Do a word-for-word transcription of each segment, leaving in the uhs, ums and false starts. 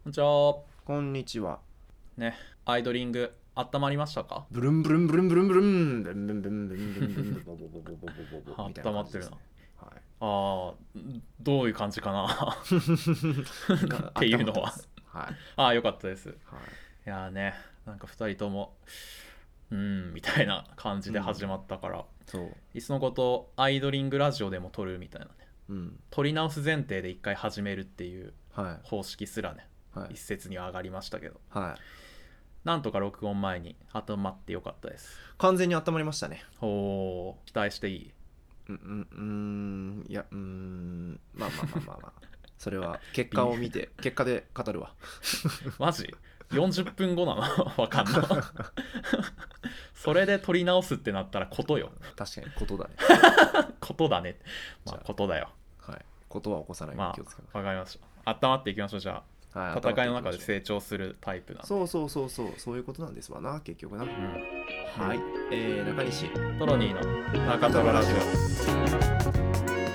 こんにちは。 こんにちは。 ね、アイドリング温まりましたか？ ブルンブルンブルンブルンブルンブルンブルンブルンブルンブルンブルンボボボボボボボボみたいな感じですね。はい。 ああ、どういう感じかなっていうのははい。 ああ、よかったです。 はい。 いやーね、なんかふたりともうーんみたいな感じで始まったから、 そう。 いっそのことアイドリングラジオでも撮るみたいなね、 うん。 撮り直す前提で一回始めるっていうは方式すらね、 い。はい。 一説には上がりましたけど、 はい。 なんとか録音前に温まってよかったです。 完全に温まりましたね。 おー、期待していい？ うんうんうーんいやうーんまあまあまあまあまあそれは結果を見て結果で語るわ。 マジよんじゅっぷんごなのわかんないそれで撮り直すってなったらことよ。 確かにことだね。 ことだね。まあじゃあことだよ。 はい。ことは起こさないようまに気をつけます。 あわかりました。温まっていきましょう。じゃあ、 はい。 戦いの中で頭成長するタイプなんで。 そうそうそうそうそういうことなんですわな結局な。 うん、 はい。えー、中西トロニーの中トロラジオ。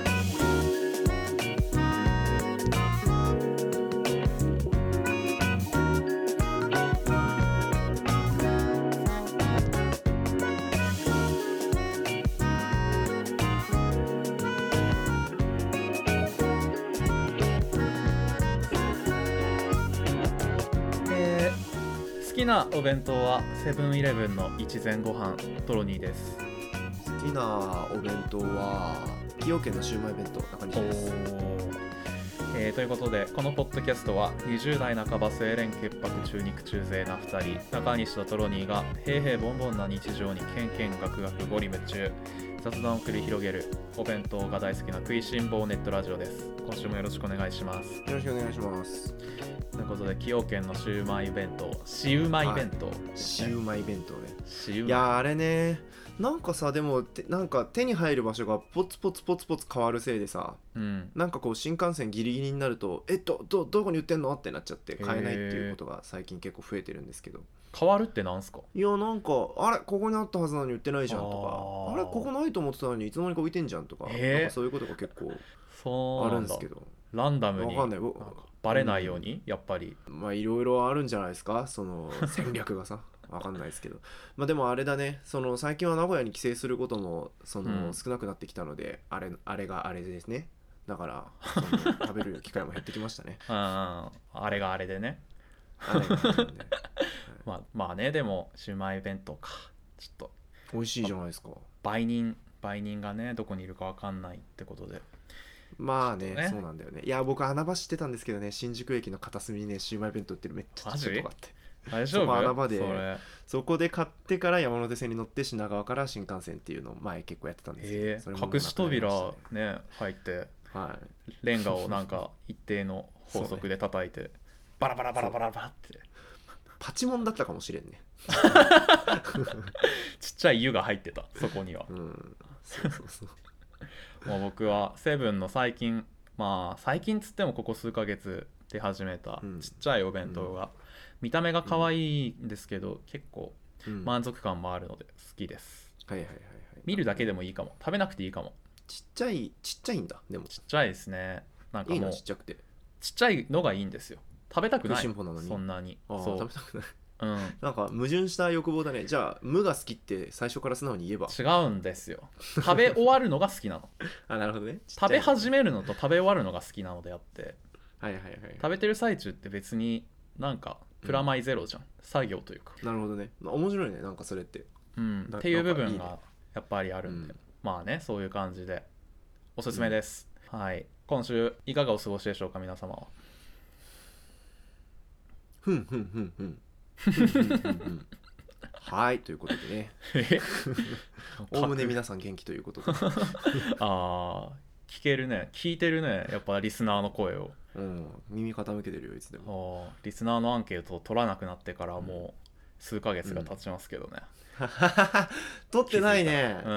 えー、好きなお弁当はセブンイレブンの一膳ご飯。トロニーです。 好きなお弁当は崎陽軒のシウマイ弁当中西です。 えー、ということでこのポッドキャストはにじゅう代半ば清廉潔白中肉中背なふたり中西とトロニーが平々凡々な日常にケンケンガクガクゴリ夢中雑談を繰り広げるお弁当が大好きな食いしん坊ネットラジオです。今週もよろしくお願いします。 よろしくお願いします。 ということで崎陽軒のシウマイ弁当シウマイ弁当、はい、 シウマイ弁当ね。 シウマイ、 いやあれねなんかさでもなんか手に入る場所がポツポツポツポツ変わるせいでさ、 うん、 なんかこう新幹線ギリギリになるとえっと ど, どこに売ってんのってなっちゃって買えないっていうことが最近結構増えてるんですけど。 変わるってなんすか？ いやなんかあれここにあったはずなのに売ってないじゃんとか あ, あれここないと思ってたのにいつの間にか置いてんじゃんとか、なんかそういうことが結構あるんですけど、 ランダムにわかんないバレないように、うん、やっぱりまあいろいろあるんじゃないですかその戦略がさわかんないですけどまあでもあれだねその最近は名古屋に帰省することもその、うん、少なくなってきたのであれあれがあれですね。だからその食べる機会も減ってきましたねうん、あれがあれでねあれがあれでね、はい、 まあまあねでもシウマイ弁当かちょっと美味しいじゃないですか。 売人売人がねどこにいるかわかんないってことでまあ ね, ねそうなんだよね。いや僕穴場知ってたんですけどね新宿駅の片隅にねシウマイ弁当売ってるめっちゃちっちゃいとこあって大丈夫？ そこ穴場でそ, そこで買ってから山手線に乗って品川から新幹線っていうのを前結構やってたんですけど、 えー、隠し扉ね入って、 はい、 レンガをなんか一定の法則で叩いて、ね、バラバラバラバラバラってパチモンだったかもしれんねちっちゃい湯が入ってたそこには、 うん、そうそうそうもう僕はセブンの最近まあ最近つってもここ数ヶ月で始めたちっちゃいお弁当が、うん、見た目が可愛いんですけど、うん、結構満足感もあるので好きです、 うん、はいはいはいはい。 見るだけでもいいかも食べなくていいかも。 ちっちゃいちっちゃいんだ。でもちっちゃいですね。なんかもういいなちっちゃくてちっちゃいのがいいんですよ。食べたくない食いしん坊なのにそんなに。 あそう食べたくないうん、 なんか矛盾した欲望だね。じゃあ無が好きって最初から素直に言えば。 違うんですよ。食べ終わるのが好きなのあなるほどね。 食べ始めるのと食べ終わるのが好きなのであってはいはいはい、 食べてる最中って別になんかプラマイゼロじゃん、うん、作業というか。 なるほどね、まあ、面白いねなんかそれって、 うん、っていう部分がやっぱりあるんで、うん、まあねそういう感じでおすすめです、うん、はい。今週いかがお過ごしでしょうか皆様は。 ふんふんふんふんはいということでねおおむね皆さん元気ということでああ聞けるね聞いてるねやっぱリスナーの声を、 うん、耳傾けてるよいつでも。 リスナーのアンケートを取らなくなってからもう数ヶ月が経ちますけどね、 うん、取ってないね、 うん、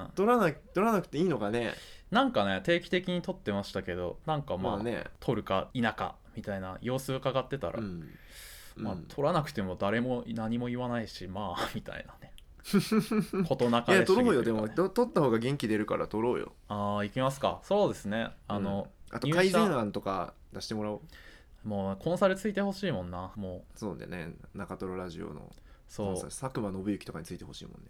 取らな取らなくていいのかね。 なんかね定期的に取ってましたけどなんかまあ、 まあね、 取るか否かみたいな様子を伺ってたら、うんまあ、 うん、 取らなくても誰も何も言わないしまあみたいなねことなかれいや取ろうよ。でも取った方が元気出るから取ろうよ。 ああ行きますか。そうですねあの、 うん、あと改善案とか出してもらおう。 もうコンサルついてほしいもんな。もうそうだよね、中トロラジオのそう佐久間信之とかについてほしいもんね。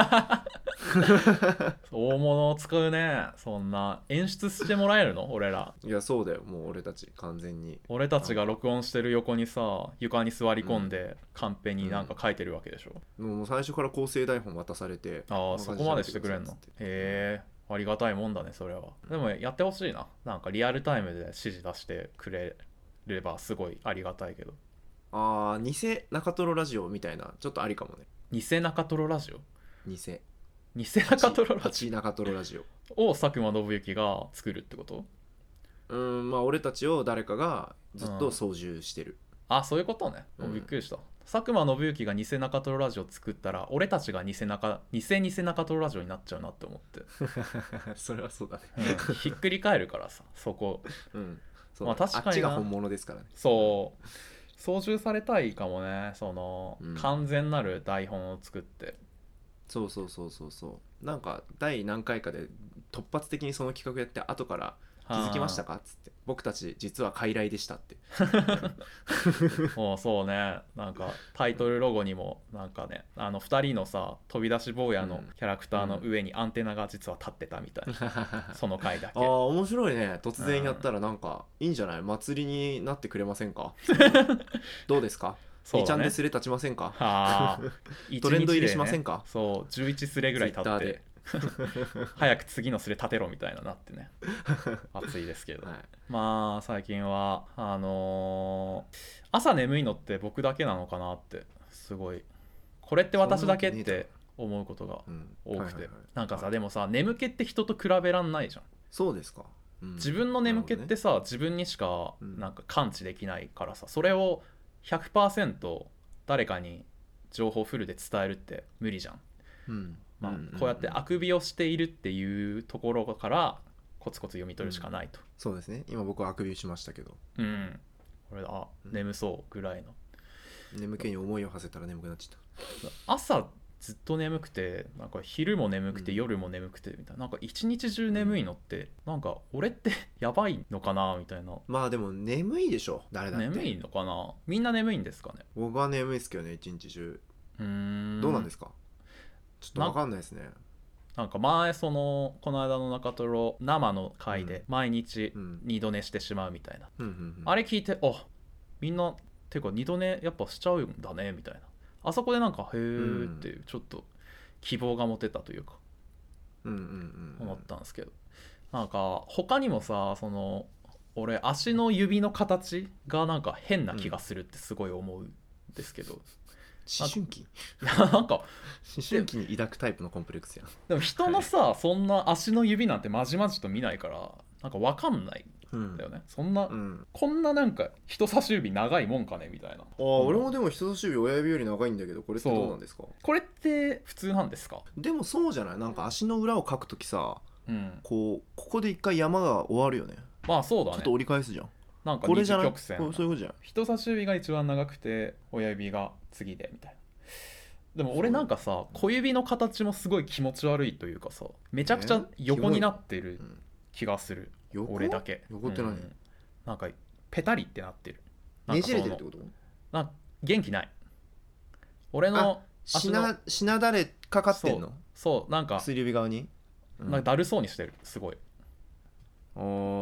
大物を使うね。そんな演出してもらえるの俺ら。 いやそうだよ、もう俺たち完全に。 俺たちが録音してる横にさ床に座り込んで、カンペになんか書いてるわけでしょ。 もう最初から構成台本渡されて、 ああそこまでしてくれんの。へへえありがたいもんだねそれは。でもやってほしいな。なんかリアルタイムで指示出してくれればすごいありがたいけど。 ああ偽中トロラジオみたいなちょっとありかもね。 偽中トロラジオ偽偽中トロラジパチ中トロラジオオを佐久間信之が作るってこと？ うーんまあ俺たちを誰かがずっと操縦してる、 あそういうことね。 うんびっくりした。佐久間信之が偽中トロラジオ作ったら俺たちが偽中偽偽中トロラジオになっちゃうなって思って、 それはそうだね。 うん、ひっくり返るからさそこ。 うんそうまあ確かになあっちが本物ですからね。 そう操縦されたいかもね。その、 うん完全なる台本を作って。 そうそうそうそうそうなんか第何回かで突発的にその企画やって後から気づきましたかっつって僕たち実は傀儡でしたってもうそうね。なんかタイトルロゴにもなんかねあのふたりのさ飛び出し坊やのキャラクターの上にアンテナが実は立ってたみたいな、その回だけ。 ああ面白いね。突然やったらなんかいいんじゃない？祭りになってくれませんか？どうですか？ そうだねにちゃんでスレ立ちませんか？ あトレンド入りしませんか？ そうじゅういちスレぐらい立っ Twitter てで早く次のスレ立てろみたいななってね熱いですけど、 はいまあ最近はあのー朝眠いのって僕だけなのかなってすごいこれって私だけっそんなわけねえだろて思うことがうん多くて、 はいはいはいなんかさ、 はいでもさ眠気って人と比べらんないじゃん。 そうですか、うん自分の眠気ってさ、自分にしかうんなんか感知できないからさ、それを ひゃくパーセント 誰かに情報フルで伝えるって無理じゃん。 うんまあんんんこうやってあくびをしているっていうところからコツコツ読み取るしかないと。 そうですね。今僕はあくびしましたけどうん、これあうん眠そうぐらいの。 眠気に思いを馳せたら眠くなっちゃっ朝ずっと眠くて、なんか昼も眠くてうん夜も眠くてみたいな、なんか一日中眠いのってなんか俺ってやばいのかなみたいな。 た。まあでも眠いでしょ誰だって。 眠いのかな。みんな眠いんですかね。 僕は眠いですけどね一日中。 うーんどうなんですか？ちょっとわかんないですね。 なんか前そのこの間の中トロ生の回で毎日うん二度寝してしまうみたいな、 うんうんうんあれ聞いてあみんなてか二度寝やっぱしちゃうんだねみたいな、あそこでなんかへーっていうちょっと希望が持てたというかうんうんうんうん思ったんですけど、なんか他にもさその俺足の指の形がなんか変な気がするってすごい思うんですけど、 思春期いやなんか思春期に抱くタイプのコンプレックスやん。 でも人のさそんな足の指なんてまじまじと見ないからなんか分かんないうんんだよね、そんな、 うんこんななんか人差し指長いもんかねみたいな。 ああ俺もでも人差し指親指より長いんだけどこれってどうなんですか？ これって普通なんですか？ でもそうじゃない？なんか足の裏を描くときさうんこうここで一回山が終わるよね。 まあそうだね。 ちょっと折り返すじゃん。 なんかこれじゃない？ 二次曲線こうそういうことじゃん。 人差し指が一番長くて親指が次でみたいな。でも俺なんかさ小指の形もすごい気持ち悪いというかさめちゃくちゃ横になってるうん気がする、 横俺だけ。 横って何？ うんなんかペタリってなってる。なんねかそのじれてるってこと？ なんか元気ない。俺の足のしなしなだれかかってんの？ そうなんか薬指側に？うんなんかだるそうにしてるすごい。 あ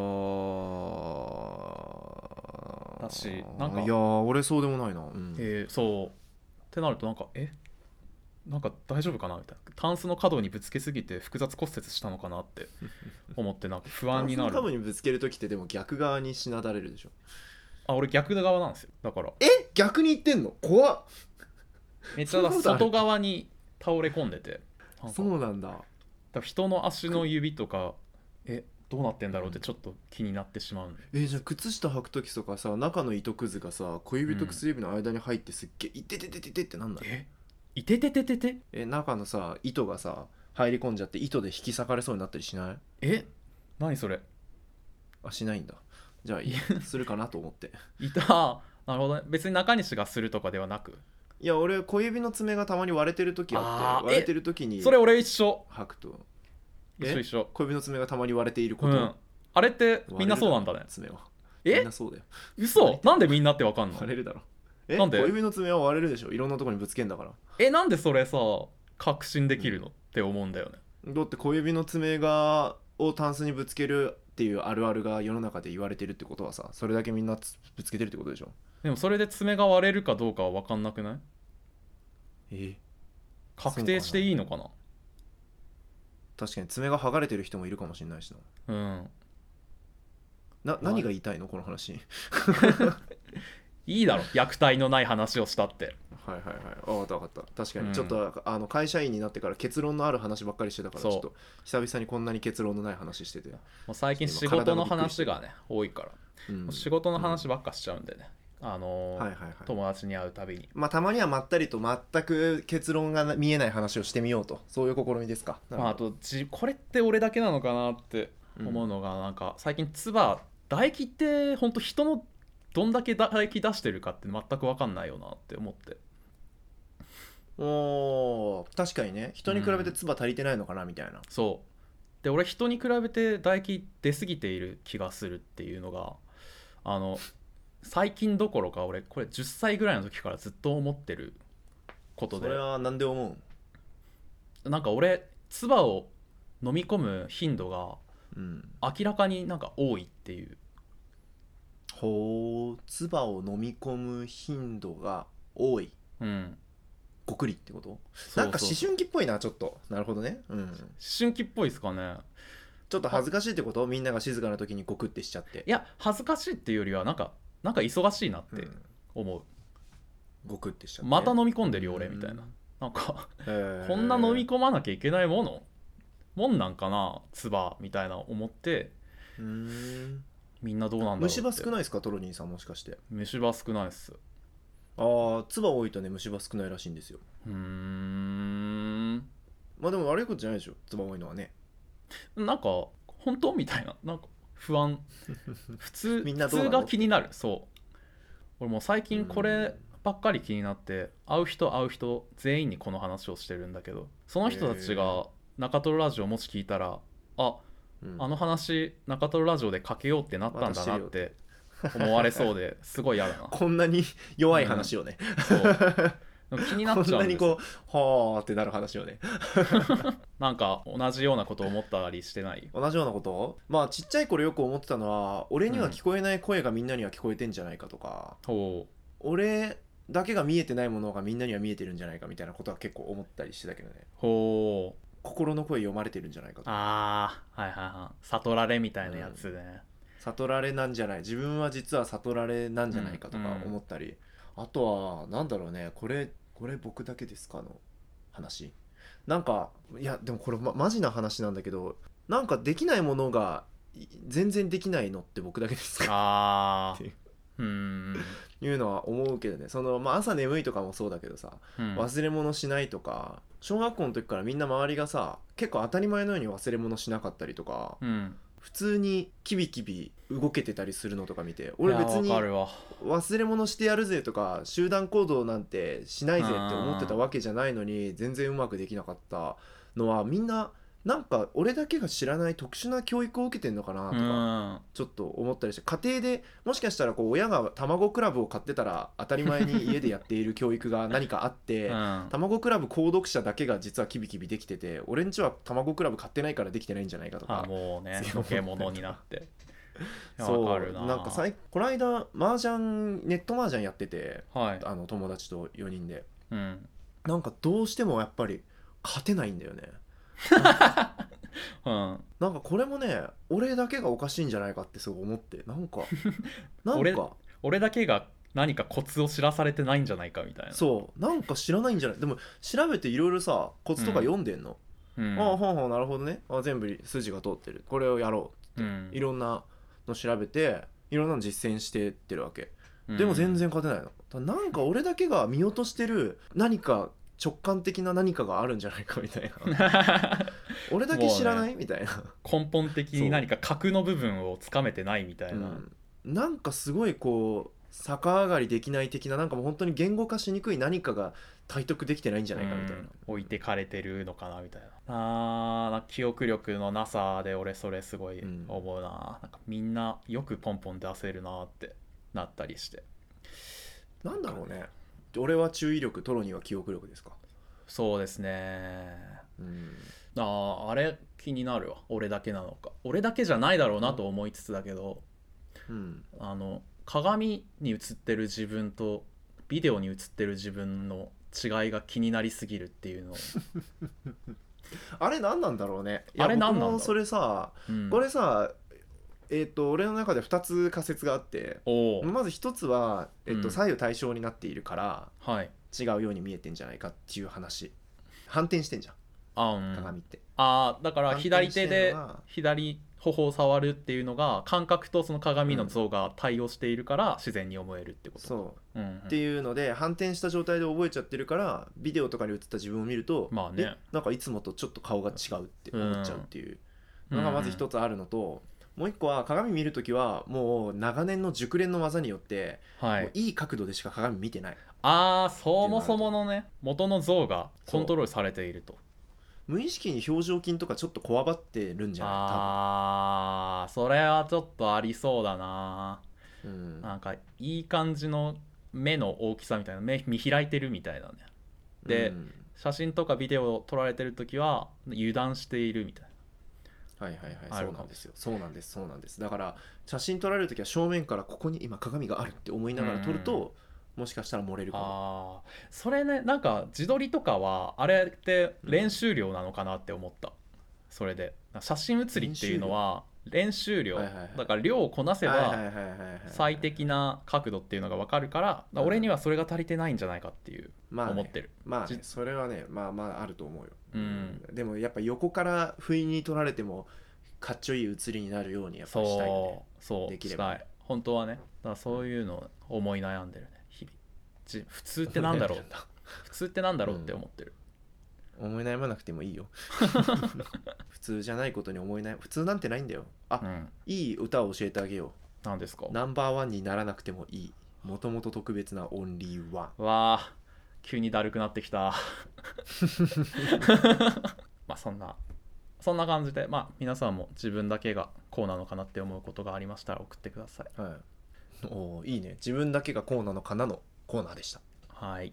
ーだしなんかいやー俺そうでもないな、うんえーそうってなるとなんかえなんか大丈夫かなみたいな、タンスの角にぶつけすぎて複雑骨折したのかなって思ってなんか不安になる。 多分にぶつけるときってでも逆側にしなだれるでしょ。 あ俺逆側なんですよ。だからえ逆に言ってんの？怖っ。 めっちゃ外側に倒れ込んでて、なんかそうなんだ。 だから人の足の指とかえどうなってんだろうってちょっと気になってしまうんで。 えじゃあ靴下履くときとかさ中の糸くずがさ小指と薬指の間に入ってすっげえいてててててってなんだろう。 えいてててててえ中のさ糸がさ入り込んじゃって糸で引き裂かれそうになったりしない？ え何それ。 あしないんだ。じゃあいいするかなと思って。 いたなるほどね。別に中西がするとかではなく。 いや俺小指の爪がたまに割れてる時ああーって割れてる時にそれ俺一緒履くと一緒一緒。 小指の爪がたまに割れていること、 うんあれってみんなそうなんだね。 爪はみんえなそうだよ。 嘘なんでみんなってわかんの？ 割れるだろ。えなんで小指の爪は割れるでしょ、いろんなところにぶつけんだから。 えなんでそれさ確信できるの、って思うんだよね。 だって小指の爪がをタンスにぶつけるっていうあるあるが世の中で言われてるってことはさ、それだけみんなつぶつけてるってことでしょ。 でもそれで爪が割れるかどうかは分かんなくない？ え確定していいのかな？ 確かに爪が剥がれてる人もいるかもしれないしな。 うんな何が言いたいのこの話。 いいだろ虐待のない話をしたって。 はいはいはい、分かった分かった。確かうんにちょっと、あの会社員になってから結論のある話ばっかりしてたから、ちそうょっと久々にこんなに結論のない話してて、 もう最近仕事の話がね多いから、 うんもう仕事の話ばっかしちゃうんでね、あのーはいはいはい。 友達に会うたびに。 まあたまにはまったりと全く結論が見えない話をしてみようと、そういう試みですか。 まあ、あとじこれって俺だけなのかなって思うのが、なんか最近唾唾液って本当人のどんだけ唾液出してるかって全く分かんないよなって思って。 おー確かにね、人に比べて唾足りてないのかなみたいな。 そうで俺人に比べて唾液出過ぎている気がするっていうのがあの最近どころか俺これじゅっさいぐらいの時からずっと思ってることで、 それはなんで思う？ なんか俺唾を飲み込む頻度がうん、 明らかになんか多いっていう。 ほう、唾を飲み込む頻度が多い。 うんごくりってこと？ そうそうなんか思春期っぽいな、ちょっと。なるほどね。うん。 思春期っぽいですかね。 ちょっと恥ずかしいってこと？みんなが静かな時にゴクってしちゃって。 いや恥ずかしいっていうよりはなんかなんか忙しいなってうん、 思う、 ゴクってしちゃって。 また飲み込んでるよ俺みたいな、なんかへーこんな飲み込まなきゃいけないものもんなんかな唾みたいな思って、 うーん。 みんなどうなんだろうって。 虫歯少ないですかトロニーさん、もしかして。 虫歯少ないっす。 ああ、唾多いとね虫歯少ないらしいんですよ。 うーんまあでも悪いことじゃないでしょ、唾多いのはね。 なんか本当みたいな、なんか不安普通みんなどうなの普通が気になる。そう俺もう最近こればっかり気になって会う人会う人全員にこの話をしてるんだけど、その人たちが中トロラジオもし聞いたらあうんあの話中トロラジオでかけようってなったんだなって思われそうですごい嫌だな。 こんなに弱い話をね、 そう気になっちゃうんですよ。 こんなにこうはーってなる話をね。 なんか同じようなこと思ったりしてない？ 同じようなことまあちっちゃい頃よく思ってたのは、俺には聞こえない声がみんなには聞こえてんじゃないかとか、 ほ俺だけが見えてないものがみんなには見えてるんじゃないかみたいなことは結構思ったりしてたけどね。 うほう心の声読まれてるんじゃないかとか、 あーはいはいはい悟られみたいなやつね、 悟られなんじゃない、自分は実は悟られなんじゃないかとか思ったり、あとはなんだろうね、これこれ僕だけですかの話、なんかいやでもこれ、ま、マジな話なんだけど、なんかできないものがい全然できないのって僕だけですかあっていうーうーんいうのは思うけどね。その、まあ、朝眠いとかもそうだけどさ、 うん忘れ物しないとか、小学校の時からみんな周りがさ結構当たり前のように忘れ物しなかったりとか、 うん普通にキビキビ動けてたりするのとか見て、俺別にいやわかるわ。 忘れ物してやるぜとか集団行動なんてしないぜって思ってたわけじゃないのに全然うまくできなかったのは、みんななんか俺だけが知らない特殊な教育を受けてんのかなとうかんちょっと思ったりして、家庭でもしかしたらこう親が卵クラブを買ってたら当たり前に家でやっている教育が何かあってうん卵クラブ購読者だけが実はキビキビできてて、俺んちは卵クラブ買ってないからできてないんじゃないかとあか。 もうねそう余計者になっていやそうわかるな。 なんか最この間麻雀ネット麻雀やってて、 はいあの友達とよにんで、 うんなんかどうしてもやっぱり勝てないんだよね。 うんなんかこれもね俺だけがおかしいんじゃないかってすごい思って、なんかなん俺か俺だけが何かコツを知らされてないんじゃないかみたいな。 そうなんか知らないんじゃない、でも調べていろいろさコツとか読んでんの、 うんああはあはあなるほどね、あ全部筋が通ってる、これをやろううんいろんなの調べていろんなの実践してってるわけでも全然勝てないの。だなんか俺だけが見落としてる何か直感的な何かがあるんじゃないかみたいな俺だけ知らない、 もうみたいな、 根本的に何か核の部分をつかめてないみたいな、 うん、なんかすごいこ逆上がりできない的な、なんかもう本当に言語化しにくい何かが体得できてないんじゃないかみたいな、 うん置いてかれてるのかなみたいな。あーなんか記憶力のなさで俺それすごい思うな、なんかみんなよくポンポン出せるなってなったりして。 なんだろうね。俺は注意力、トロニーは記憶力ですか。 そうですね。 うんあーあれ気になるわ、俺だけなのか。俺だけじゃないだろうなと思いつつだけど、 うんあの鏡に映ってる自分とビデオに映ってる自分の違いが気になりすぎるっていうのをあれ何なんだろうね。いやあれ何なんだろう僕もそれさ、 うんこれさえっ、と俺の中でふたつ仮説があって、 おーまずひとつは、えっとうん左右対称になっているからはい違うように見えてんじゃないかっていう話。反転してんじゃんあ、うん、 鏡って。 あーだから左手反転してでんのが左頬を触るっていうのが感覚とその鏡の像が対応しているから自然に思えるってこと、 そううんうん、 っていうので反転した状態で覚えちゃってるから、ビデオとかに映った自分を見ると、 まあねえなんかいつもとちょっと顔が違うって思っちゃうっていううんのがまず一つあるのと、もう一個は鏡見るときはもう長年の熟練の技によって、 はいもういい角度でしか鏡見てない。 ああそもそものね元の像がコントロールされていると。 無意識に表情筋とかちょっとこわばってるんじゃないああそれはちょっとありそうだな。 多分、うん、 なんかいい感じの目の大きさみたいな、目見開いてるみたいなね。で、 うん、 写真とかビデオを撮られてる時は油断しているみたいはいはいあるかもはいそうなんですよそうなんですそうなんです。だから写真撮られるときは正面からここに今鏡があるって思いながら撮ると、もしかしたら漏れるかな。 も。 あーそれね、なんか自撮りとかはあれって練習量なのかなって思った、それで写真写りっていうのは練習量、 はいはいはいだから量をこなせばはいはいはいはいはい最適な角度っていうのが分かるから、だから俺にはそれが足りてないんじゃないかっていうまあね思ってる。 まあね、 じそれはねまあまああると思うよ、 うんでもやっぱ横から不意に撮られてもかっちょいい写りになるようにやっぱりしたいよね。 そうそうできればしたい本当はね。だからそういうのを思い悩んでるね日々。じ普通ってなんだろう普通ってなんだろうって思ってる、 思い悩まなくてもいいよ普通じゃないことに思い悩む。普通なんてないんだよ。あ、 うん、 いい歌を教えてあげよなんですか。 う。ナンバーワンにならなくてもいい、もともと特別なオンリーワン。 わあ急にだるくなってきたまあそんなそんな感じで、まあ皆さんも自分だけがこうなのかなって思うことがありましたら送ってください。 はい、おーいいね。自分だけがこうなのかなのコーナーでした。 はい、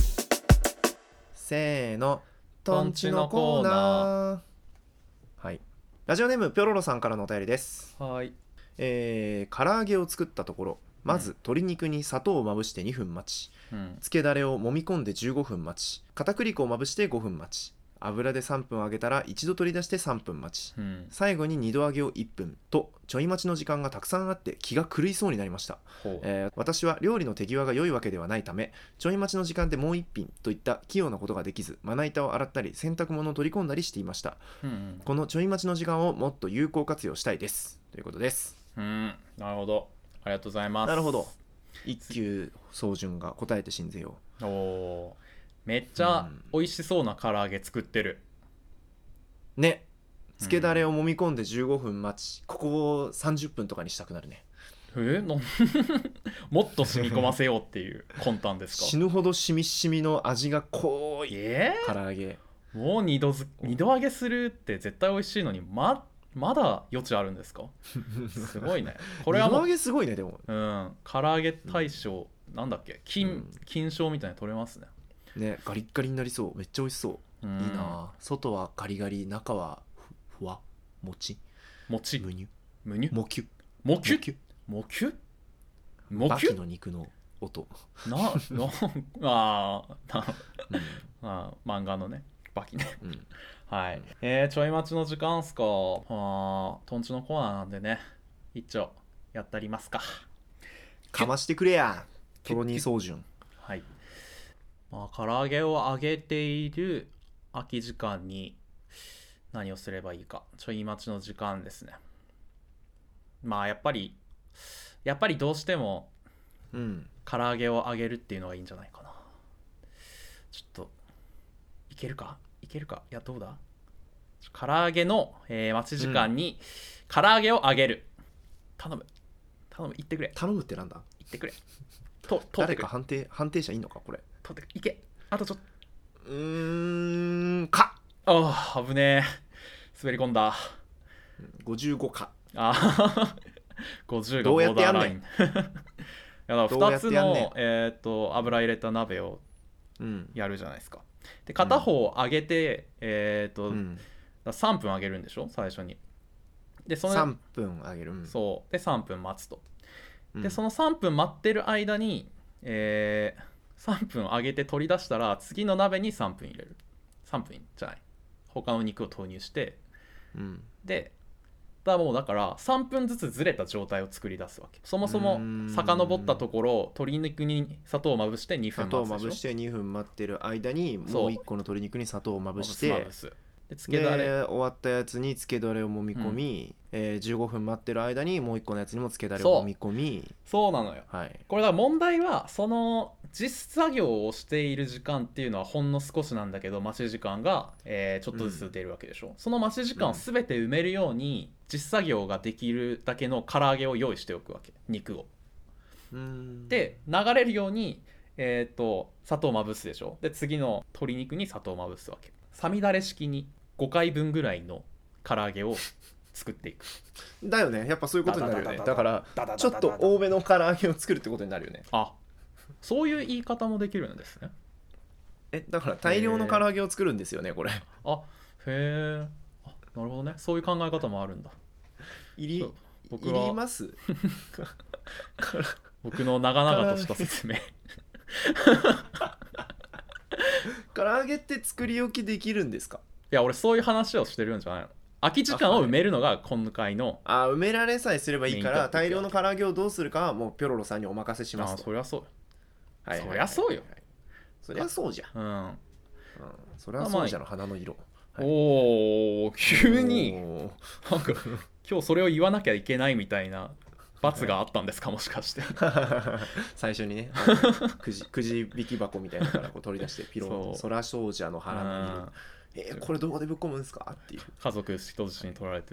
せーの、トンチのコーナー。はい、ラジオネームぴょろろさんからのお便りです。 はい、 えー、唐揚げを作ったところ、まず鶏肉に砂糖をまぶしてにふん待ち、 うん、 漬けだれを揉み込んでじゅうごふん待ち、片栗粉をまぶしてごふん待ち、油でさんぷん揚げたら一度取り出してさんぷん待ち、 うん、 最後ににど揚げをいっぷんとちょい待ちの時間がたくさんあって気が狂いそうになりました。 ほう、 えー私は料理の手際が良いわけではないため、ちょい待ちの時間でもう一品といった器用なことができず、まな板を洗ったり洗濯物を取り込んだりしていました。 うんうんこのちょい待ちの時間をもっと有効活用したいですということです。 うんなるほど、ありがとうございます。 なるほど、一級総順が答えて信ぜよおおめっちゃ美味しそうな唐揚げ作ってるうね。漬けだれを揉み込んでじゅうごふん待ち、ここをさんじゅっぷんとかにしたくなるね。 えのもっと染み込ませようっていう魂胆ですか。 死ぬほどしみしみの味が濃いえ唐揚げ。 ー、もう二度ず二度揚げするって絶対美味しいのにままだ余地あるんですか。すごいね。これはもう二度揚げすごいね。でもうん唐揚げ大賞、うん、なんだっけ金、 うん金賞みたいに取れますね。 ね、ガリッガリになりそう。めっちゃ美味しそう、 うんいいな。外はガリガリ、中はふふわもちもちむにゅむにゅもきゅもきゅもきゅもきゅもきゅバキの肉の音、 ななあーなうんあー漫画のねバキねうん、 はい、えー、ちょい待ちの時間っすか。あートンチのコーナーなんでね一丁やったりますか。 かましてくれやトロニー総順。 はい、まあ、唐揚げを揚げている空き時間に何をすればいいか。ちょい待ちの時間ですね。まあやっぱりやっぱりどうしてもうん唐揚げを揚げるっていうのがいいんじゃないかな。ちょっといけるかいけるかいやどうだ。唐揚げの、えー待ち時間に唐揚げを揚げる、頼む頼む言ってくれ頼むってなんだ。 言ってくれと取って誰くれか判定判定者いいのかこれ。 取っていけあとちょっとうーんかああ危ねえ滑り込んだごじゅうごか。 ああごじゅうがどボうやってやんねんーダーラインいやだから2 どうやっつてやんねんの、えー、と油入れた鍋をうんやるじゃないですか。で片方上げて、えっ、と、 うんださんぷん上げるんでしょ最初に。でそのさんぷんあげる、うんそうでさんぷん待つと。 うんでそのさんぷん待ってる間に、えー、さんぷん上げて取り出したら次の鍋にさんぷん入れる。さんぷんじゃない他の肉を投入して、 うんでだからもうだからさんぷんずつずれた状態を作り出すわけ。そもそも遡ったところ鶏肉に砂糖をまぶしてにふん砂待つでしょ。 糖をまぶしてにふん待ってる間にそうもういっこの鶏肉に砂糖をまぶしまてぶすでつけだれで終わったやつにつけだれを揉み込み、えーじゅうごふん待ってる間にもういっこのやつにもつけだれを揉み込み、 そうなのよ。 はい、 これだから問題はその実作業をしている時間っていうのはほんの少しなんだけど待ち時間が、えーちょっとずつ出るわけでしょ、その待ち時間を全て埋めるように実作業ができるだけの唐揚げを用意しておくわけ肉を。 うーんで流れるように、えー、と砂糖をまぶすでしょ。で次の鶏肉に砂糖をまぶすわけ。さみだれ式にごかいぶんぐらいの唐揚げを作っていく。 だよねやっぱそういうことになるよね。だからダダダダダダちょっと多めの唐揚げを作るってことになるよね。 あそういう言い方もできるんですね。 えだから大量の唐揚げを作るんですよねこれ。 あへえあなるほどねそういう考え方もあるんだ。 いりそう僕いはります僕の長々とした説明唐揚げって作り置きできるんですか？ いや俺そういう話をしてるんじゃないの。空き時間を埋めるのが今回のあ埋められさえすればいいかメイントピックら大量の唐揚げをどうするかはもうピョロロさんにお任せしますあと。 そりゃそうよ、 はいはいはいそりゃそうよそりゃそうじゃん、 うん、 うん、そりゃそうじゃん花の色、はいおお急におーなんか今日それを言わなきゃいけないみたいな罰があったんですかもしかして最初にねあのくじくじ引き箱みたいなのからこう取り出してピロそうンそらそうじゃの花の色うんえー、これどこでぶっ込むんですかっていう家族人質に取られて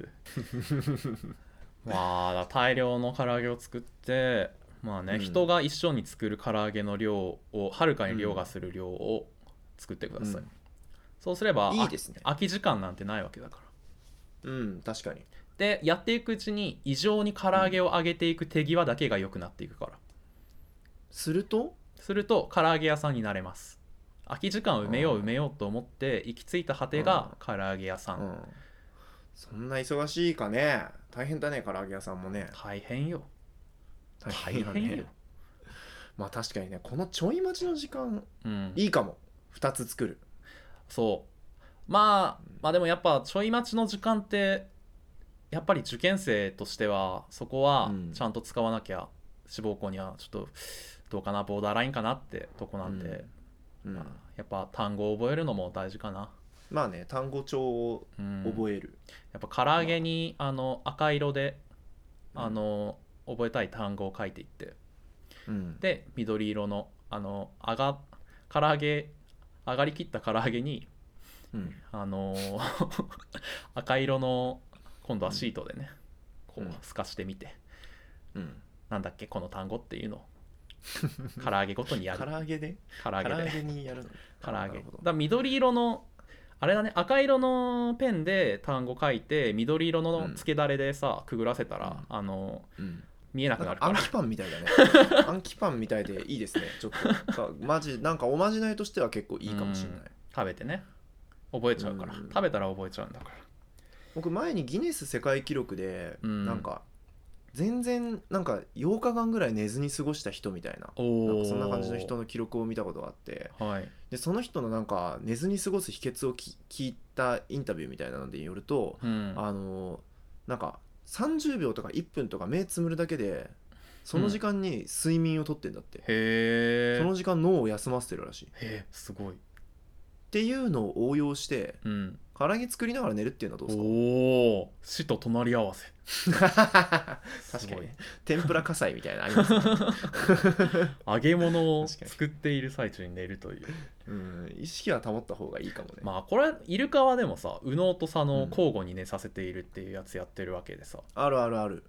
まあだ大量の唐揚げを作ってまあね、 うん人が一緒に作る唐揚げの量をはるかに凌駕する量を作ってください、 うんそうすればいいですねあ空き時間なんてないわけだからうん確かにでやっていくうちに異常に唐揚げを上げていく手際だけが良くなっていくから、 するとすると唐揚げ屋さんになれます。空き時間を埋めよう埋めようと思って行き着いた果てが唐揚げ屋さん、 うんそんな忙しいかね大変だね唐揚げ屋さんもね大変よ大大変だね変よ、 まあ確かにねこのちょい待ちの時間うん、 いいかもふたつ作るそうまあまあでもやっぱちょい待ちの時間ってやっぱり受験生としてはそこはちゃんと使わなきゃ、志望校にはちょっとどうかなボーダーラインかなってとこなんで、 うんまあやっぱ単語を覚えるのも大事かな。 まあね単語帳をうん覚える、 やっぱ唐揚げにあの赤色でうんあの覚えたい単語を書いていってうんで緑色のあの上が唐揚げ上がりきった唐揚げにうんあの赤色の今度はシートでね、こうんう透かしてみて、 うんなんだっけこの単語っていうのを唐揚げごとにや唐る揚げで唐揚げで唐揚げにやるの唐揚げだかなるほどら緑色のあれだね赤色のペンで単語書いて緑色のつけだれでさ、くぐらせたら、あのうん見えなくなるからなんかアンキパンみたいだねアンキパンみたいでいいですねちょっとマジなんかおまじないとしては結構いいかもしれないうん食べてね覚えちゃうから、 うん食べたら覚えちゃうんだから僕前にギネス世界記録で、 うんなんか全然なんかようかかんぐらい寝ずに過ごした人みたいなおなんかそんな感じの人の記録を見たことがあってはいでその人のなんか寝ずに過ごす秘訣をき聞いたインタビューみたいなのでよると、 うんあのなんかさんじゅうびょうとかいっぷんとか目つむるだけでその時間に睡眠をとってんだって、 へえその時間脳を休ませてるらしいっへえすごいていうのを応用してうん唐揚げ作りながら寝るっていうのはどうですか？ おお死と隣り合わせ確かすごいにね天ぷら火災みたいなのありますね揚げ物を確かに作っている最中に寝るといううん意識は保った方がいいかもね、 まあこれイルカはでもさ右脳と左脳を交互に寝させているっていうやつやってるわけでさ、 あるあるある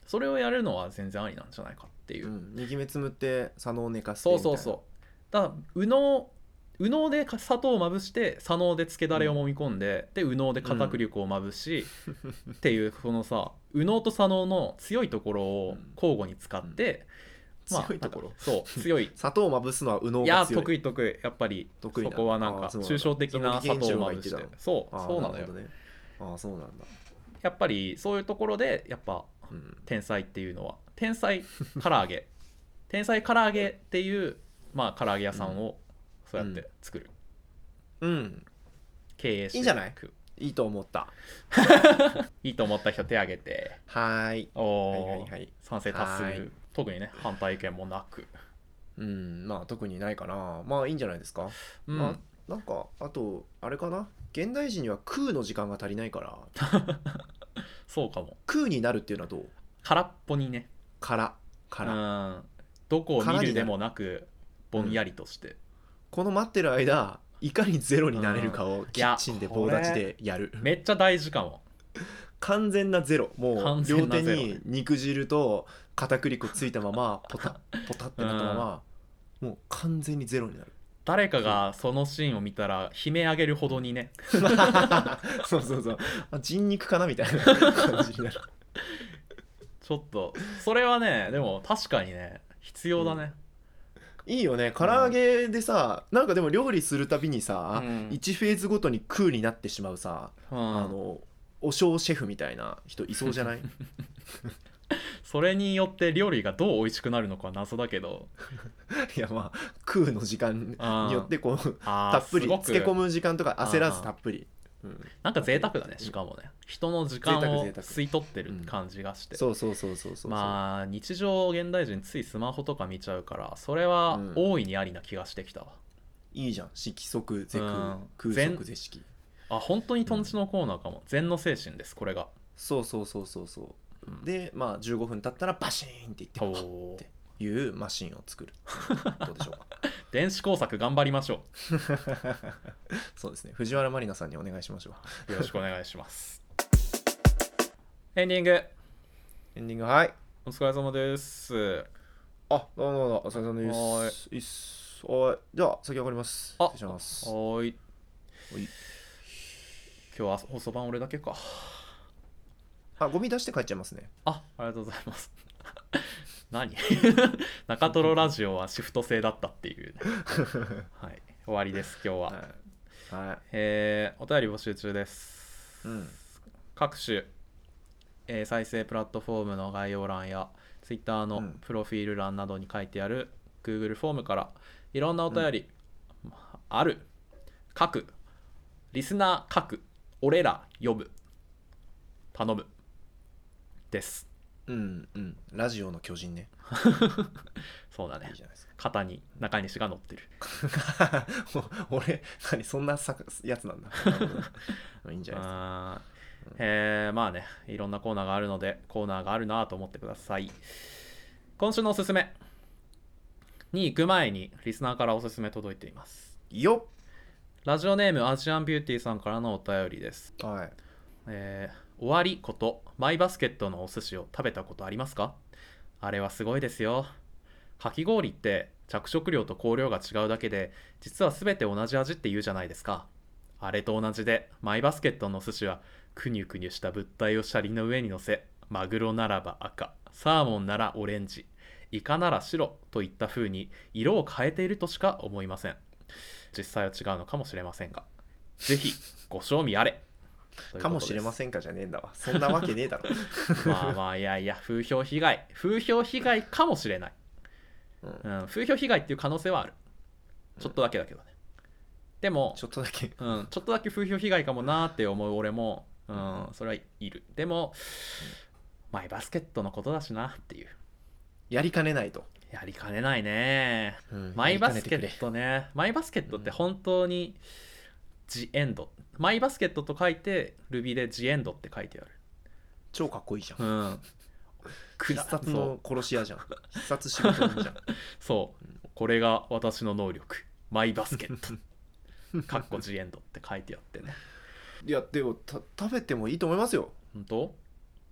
それをやるのは全然ありなんじゃないかっていう、 うん、右目つむって左脳寝かせてそうみたいな。 そうそうだから右脳右脳で砂糖をまぶして左脳でつけだれを揉み込んで、うん、で右脳で片栗粉をまぶし、うん、っていうこのさ右脳と左脳の強いところを交互に使って、 うん、まあ、強いところそう強い砂糖をまぶすのは右脳が強い。 いや得意得意やっぱりそこはなんか抽象的な砂糖をまぶしてそうそうなのよ。 ああそうなんだ。 やっぱりそういうところでやっぱ、うん、天才っていうのは天才唐揚げ天才唐揚げっていうまあ唐揚げ屋さんをそうやって作る、 うん、うん、 経営していいんじゃない？いいと思ったいいと思った人手挙げてはーい。 おはいはいはい、 賛成多数。特にね反対意見もなく、 うんまあ特にないかな。まあいいんじゃないですか、うん、まあなんかあとあれかな、現代人には空の時間が足りないからそうかも。 空になるっていうのはどう？ 空っぽにね。 空空うんどこを見るでもなくぼんやりとして、うん、 この待ってる間いかにゼロになれるかをキッチンで棒立ちでやる、 めっちゃ大事かも。 完全なゼロ。もう両手に肉汁と片栗粉ついたままポタッポタッってなったまま、うん、もう完全にゼロになる。 誰かがそのシーンを見たら悲鳴上げるほどにねそうそうそう人肉かなみたいな感じになるちょっとそれはねでも確かにね必要だね、 うん、いいよね唐揚げでさ、うん、なんかでも料理するたびにさ、うん、いちフェーズごとに空になってしまうさ、うん、あのお小シェフみたいな人いそうじゃないそれによって料理がどう美味しくなるのかは謎だけどいやまあ空の時間によってこうたっぷり漬け込む時間とか焦らずたっぷり、 うん、なんか贅沢だね。しかもね人の時間を吸い取ってる感じがして、 うん、そうそうそうそうそう。 まあ日常現代人ついスマホとか見ちゃうからそれは大いにありな気がしてきたわ、 うん、いいじゃん色即是空、うん、空即是色。 あ本当にトンチのコーナーかも、うん、禅の精神ですこれが。 そうそうそうそうそう、うん、でまあじゅうごふん経ったらバシーンっていってパッっていうマシンを作るどうでしょうか電子工作頑張りましょうそうですね藤原まりなさんにお願いしましょうよろしくお願いしますエンディングエンディングはいお疲れ様です。 あどうもどうもお疲れ様ですはいいっすはいじゃあ先上がります。 あ失礼します。 はい。今日は放送版俺だけか。 あゴミ出して帰っちゃいますね。 あありがとうございます何中トロラジオはシフト制だったっていう、ね、はい終わりです今日は、 はいはい、 えー、お便り募集中です、 うん、 各種、えー、再生プラットフォームの概要欄や Twitter のプロフィール欄などに書いてある Google フォームからいろんなお便り、うん、ある各リスナー各俺ら呼ぶ頼むですうんうんラジオの巨人ねそうだね。 いいじゃないですか。 肩に中西が乗ってる俺何そんなさやつなんだいいんじゃないですか。 うん、えー、まあねいろんなコーナーがあるのでコーナーがあるなと思ってください。今週のおすすめに行く前にリスナーからおすすめ届いていますよっ。 ラジオネームアジアンビューティーさんからのお便りです。 はい。 えー、終わりことマイバスケットのお寿司を食べたことありますか？あれはすごいですよ。かき氷って着色料と香料が違うだけで実は全て同じ味って言うじゃないですか。あれと同じでマイバスケットのお寿司はくにゅくにゅした物体をシャリの上に乗せ、マグロならば赤、サーモンならオレンジ、イカなら白といった風に色を変えているとしか思いません。実際は違うのかもしれませんが、ぜひご賞味あれ。 かもしれませんかじゃねえんだわ。そんなわけねえだろ。 まあまあいやいや風評被害風評被害かもしれない、うんうん、風評被害っていう可能性はある。ちょっとだけだけどね、うん、でもちょっとだけ、 うん、ちょっとだけ風評被害かもなーって思う俺も、うん、それはいる。でも、うん、マイバスケットのことだしなっていう。 やりかねないと。 やりかねないね、うん、マイバスケットね。マイバスケットって本当にジエンド、マイバスケットと書いてルビーでジエンドって書いてある。 超かっこいいじゃん、 うん、 必殺の殺し屋じゃん。必殺仕事人じゃん。 そう、うん、これが私の能力マイバスケットかっこジエンドって書いてあってね。 いやでもた食べてもいいと思いますよ。 本当？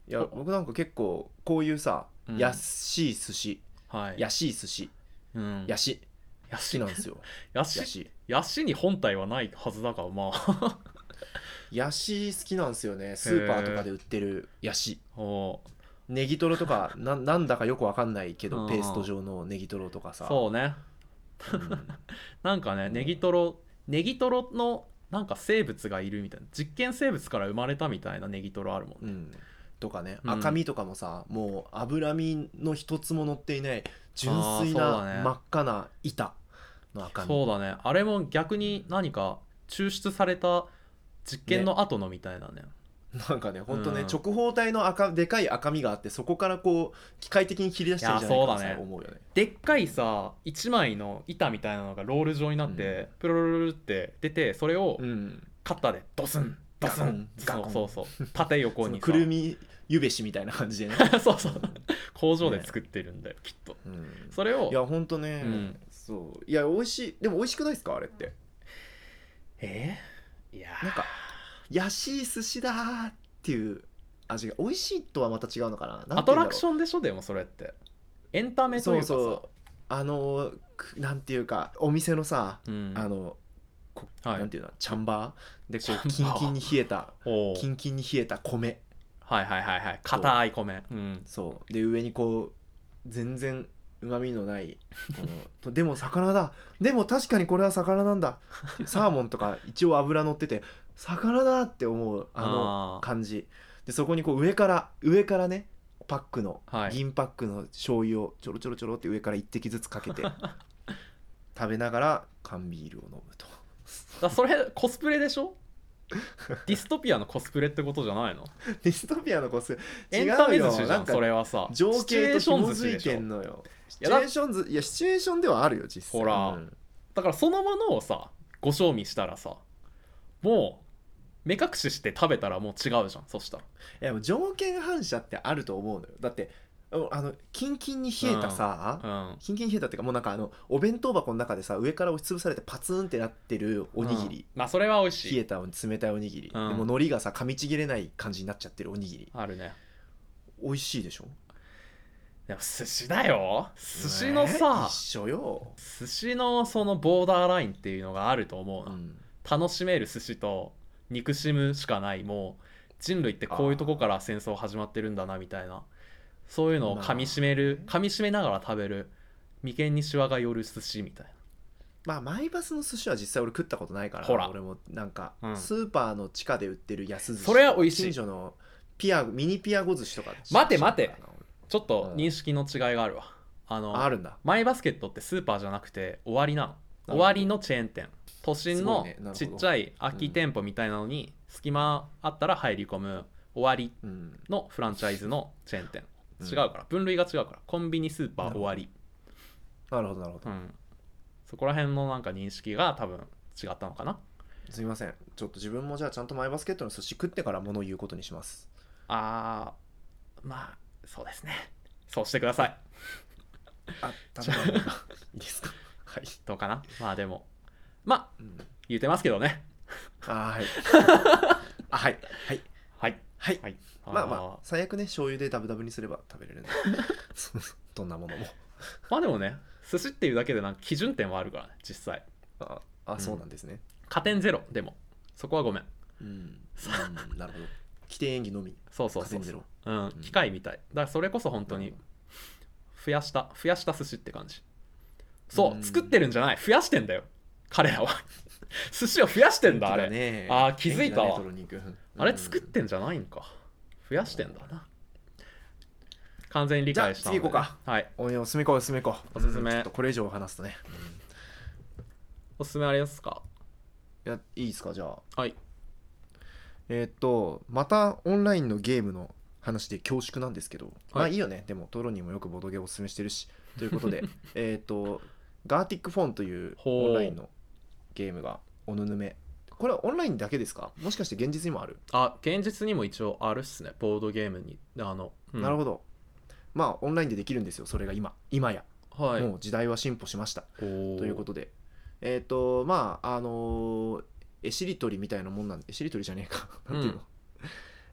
いや僕なんか結構こういうさ、 うん、 安い寿司、 はい、 安い寿司、 うん、 ヤシ好きなんですよ。 ヤシヤシヤシに本体はないはずだからまあヤシ好きなんですよね。スーパーとかで売ってるヤシ。 おネギトロとかな、なんだかよくわかんないけど、 うんペースト状のネギトロとかさ。 そうね、 うん、 なんかねネギトロネギトロのなんか生物がいるみたいな、実験生物から生まれたみたいなネギトロあるもんね、 うん、とかね、 うん、 赤身とかもさ、もう脂身の一つも乗っていない純粋なあーそうだね真っ赤な板の赤身。 そうだね、あれも逆に何か抽出された実験の後のみたいなね、 なんかね、ほんとね、 うん直方体の赤でかい赤身があって、そこからこう機械的に切り出してるんじゃないかとさ、 いやそうだね思うよね。 でっかいさいちまいの板みたいなのがロール状になって、 うんプルルルルって出て、それをうんカッターでドスンドスン、 ガコンそうそうそう縦横そのにさくるみゆべしみたいな感じでね、 そうそう工場で作ってるんだよ、きっとうん、 それをいやほんとね、 うん、 そういや美味しい。でも美味しくないですかあれって。 えー、いやーなんか安い寿司だーっていう味が美味しいとはまた違うのかな。なんアトラクシて言うんだろョンでしょ、でもそれってエンタメう。 というかさ、 そうそう、あのくなんていうかお店のさ、 うん、 あのこはいなんていうのチャンバーでこうチャンバーキンキンに冷えたおーキンキンに冷えた米、 はいはいはいはい、硬い米、うん、 そうで上にこう全然うまみのないこのでも魚だ、でも確かにこれは魚なんだ、サーモンとか一応油乗ってて魚だって思うあのあー感じで、そこにこう上から上からねパックの、 はい銀パックの醤油をちょろちょろちょろって上から一滴ずつかけて食べながら缶ビールを飲むと。 だそれコスプレでしょディストピアのコスプレってことじゃないの？ ディストピアのコスエンタメ違うよ、 寿司じゃんなんかそれはさ、 情景と紐づいシチュエーション寿司でしょてんのよ。シいやだチュエーションずいやシチュエーションではあるよ実際。 ほらうんだからそのものをさご賞味したらさ、もう目隠しして食べたらもう違うじゃん、そしたら。 いやもう条件反射ってあると思うのよ。だってあのキンキンに冷えたさ、 うんキンキンに冷えたっていうかもうなんかあのお弁当箱の中でさ上から押しつぶされてパツンってなってるおにぎり、 うんまあそれは美味しい、 冷えた冷たいおにぎり、 うんでも海苔がさ噛みちぎれない感じになっちゃってるおにぎり、 あるね。 美味しいでしょ。 でも寿司だよ、寿司のさ、 ね一緒よ、 寿司のそのボーダーラインっていうのがあると思うな、 うん楽しめる寿司と憎しむしかない、もう人類ってこういうとこから戦争始まってるんだなみたいな、そういうのを噛みしめる、 まあ噛みしめながら食べる眉間にシワが寄る寿司みたいな。 まあマイバスの寿司は実際俺食ったことないから、 ほら俺もなんか、 うんスーパーの地下で売ってる安寿司、 それは美味しい近所のピアミニピアゴ寿司とか待て待て知らんからなちょっと認識の違いがあるわ。あの俺あるんだ。 マイバスケットってスーパーじゃなくて終わりなの、 なるほど終わりのチェーン店、都心すごのいねなるほどちっちゃい空き店舗みたいなのに隙間あったら入り込む終わりうんのフランチャイズのチェーン店、 うん違うから分類が違うから、コンビニスーパー終わり、 なるほどなるほど、 うん、そこら辺のなんか認識が多分違ったのかな。 すみません、ちょっと自分もじゃあちゃんとマイバスケットの寿司食ってから物を言うことにします。 あーまあそうですね、そうしてください。 あ食べない方がいいですか。はい、 どうかな。まあでもまあうん、 言うてますけどね。 あはいあはいはいはいはい、 はい、 まあまあ最悪ね醤油でダブダブにすれば食べれるんでどんなものもまあでもね、寿司っていうだけでなんか基準点はあるからね、実際。 ああそうなんですね、 加点ゼロ、でもそこはごめん。 うん、うん、なるほど、規定演技のみそうそうそう加点ゼロ、 うん、 うん機械みたいだからそれこそ本当に増やした増やした寿司って感じ。そう、 うん作ってるんじゃない、増やしてんだよ彼らは寿司を増やしてんだ、あれね、 あー気づいたわ元気だねトロニー君、 あれ作ってんじゃないんか、増やしてんだな。完全に理解したので、 じゃあ次行こうか。 はい、 おいおすすめ行こうおすすめ行こうおすすめちょっとこれ以上話すとね、 おすすめありますか？ いやいいですか。じゃあはい、 えーっとまたオンラインのゲームの話で恐縮なんですけど、まあいいよね、でもトロニーもよくボドゲをおすすめしてるしということでえーっとガーティックフォンというほうオンラインのゲームがおぬぬめ、これはオンラインだけですか、もしかして現実にもある、 あ現実にも一応あるっすね、ボードゲームに。あの、うん、 なるほど、まあオンラインでできるんですよ、それが今今や、 はい、 もう時代は進歩しましたとということで、えっ、とまああのー、絵しりとりみたいなもんなんで、絵しりとりじゃねえかなんていうの、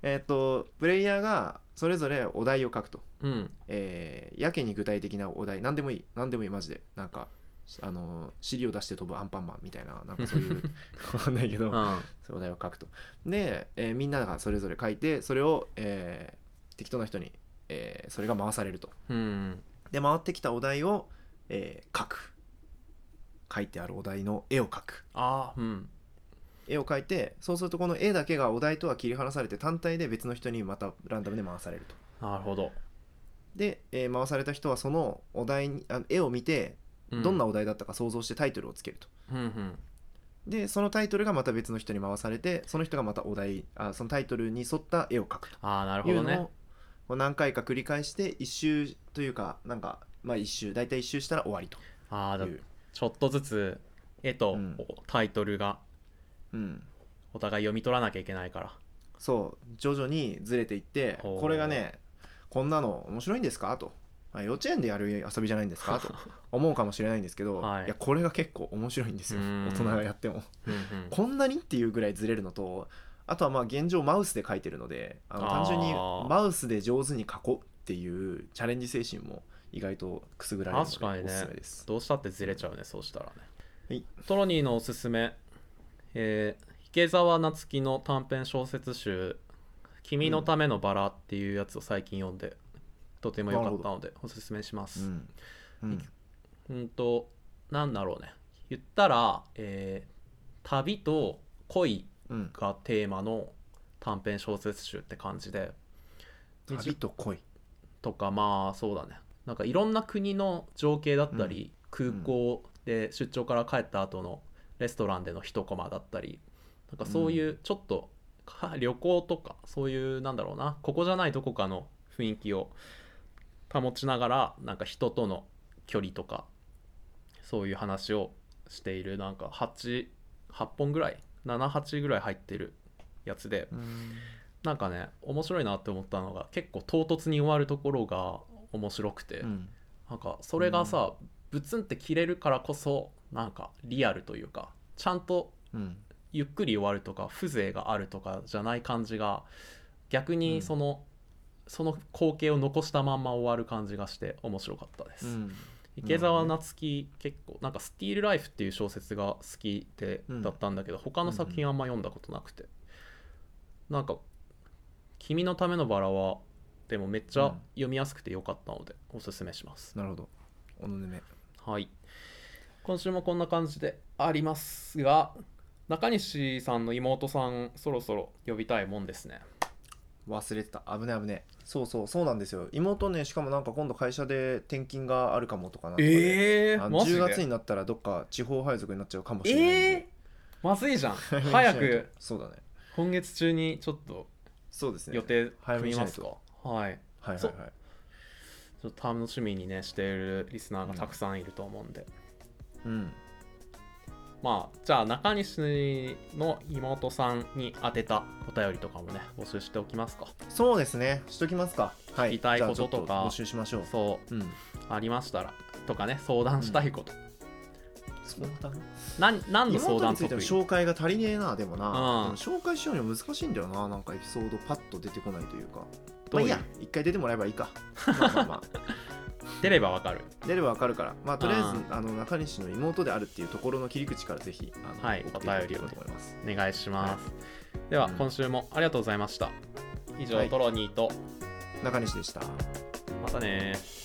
えっとプレイヤーがそれぞれお題を書くと、 うんえーやけに具体的なお題、何でもいい何でもいいマジで、なんかあの尻を出して飛ぶアンパンマンみたいな、なんかそういうわかんないけど、 うんそういうお題を書くと。で、えーみんながそれぞれ書いて、それを、えー適当な人に、えーそれが回されると。 うんで回ってきたお題を、えー書く、書いてあるお題の絵を描く、 ああうん絵を描いて、そうするとこの絵だけがお題とは切り離されて単体で別の人にまたランダムで回されると。 なるほど。 で、えー回された人はそのお題にあ絵を見てどんなお題だったか想像してタイトルをつけると、 うんうんでそのタイトルがまた別の人に回されて、その人がまたお題あそのタイトルに沿った絵を描くとああなるいうのをほどね。 こう何回か繰り返して一周というか、なんかまあ一周大体一周したら終わりとああだいう。 ちょっとずつ絵とうんタイトルがうんお互い読み取らなきゃいけないから。 そう徐々にずれていって、 ほうこれがねこんなの面白いんですかと、まあ幼稚園でやる遊びじゃないんですかと思うかもしれないんですけど、 はいいやこれが結構面白いんですよ、 うん大人がやってもうんうんこんなにっていうぐらいずれるのと、あとはまあ現状マウスで描いてるので、あの単純にあーマウスで上手に描こうっていうチャレンジ精神も意外とくすぐられるので確かにねおすすめです。 どうしたってずれちゃうね、そうしたらね。 はいトロニーのおすすめ、えー池澤夏樹の短編小説集「君のためのバラ」っていうやつを最近読んで、とても良かったのでおすすめしまうす。 んうんうんとなんだろうね、言ったら、えー旅と恋うんがテーマの短編小説集って感じで、 旅と恋とかまあそうだね、なんかいろんな国の情景だったり、空港で出張から帰った後のレストランでの一コマだったり、なんかそういうちょっとか旅行とかそういうなんだろうな、ここじゃないどこかの雰囲気を保ちながらなんか人との距離とかそういう話をしている、なんかはち、はっぽんぐらいなな、はちぐらい入ってるやつで、 うんなんかね面白いなって思ったのが結構唐突に終わるところが面白くて、 うんなんかそれがさ、ブツンって切れるからこそなんかリアルというか、ちゃんとうんゆっくり終わるとか風情があるとかじゃない感じが、逆にその、うん、その光景を残したまんま終わる感じがして面白かったです。 うん池澤夏樹結構なんかスティールライフっていう小説が好きで、 うんだったんだけど他の作品あんま読んだことなくて、なんか君のためのバラはでもめっちゃ読みやすくてよかったのでおすすめします。 なるほど、おのぬめ。 はい、今週もこんな感じでありますが、中西さんの妹さんそろそろ呼びたいもんですね。 忘れてた、危ね危ね。そうそうそうなんですよ、妹ね。しかもなんか今度会社で転勤があるかもとかなんとかで、 えー、 あのマジでじゅうがつになったらどっか地方配属になっちゃうかもしれないんで、 えー、まずいじゃん早くそうだね、 今月中にちょっとそうですね、 予定早めにしない組みますか。 と。 はい、 はいはいそはい、 ちょっと楽しみにねしているリスナーがたくさんいると思うんで、 うんまあじゃあ中西の妹さんに宛てたお便りとかもね募集しておきますか。 そうですね、しときますか。はい、 聞きたいこととかじゃあちょっと募集しましょう。 そううん、 ありましたらとかね、相談したいこと、 そうだね。 なん何の相妹についての談得意紹介が足りねえな。でもな、 うんでも紹介しようにも難しいんだよな。なんかエピソードパッと出てこないというか。 どういうまあいいや、一回出てもらえばいいか。まあまあまあ出ればわかる。 出ればわかるから、まあとりあえずああの中西の妹であるっていうところの切り口からぜひあの、 はい送っていただければお便りをねと思います。 お願いします、では、 うん今週もありがとうございました。以上、 はいトロニーと中西でした。 またねー。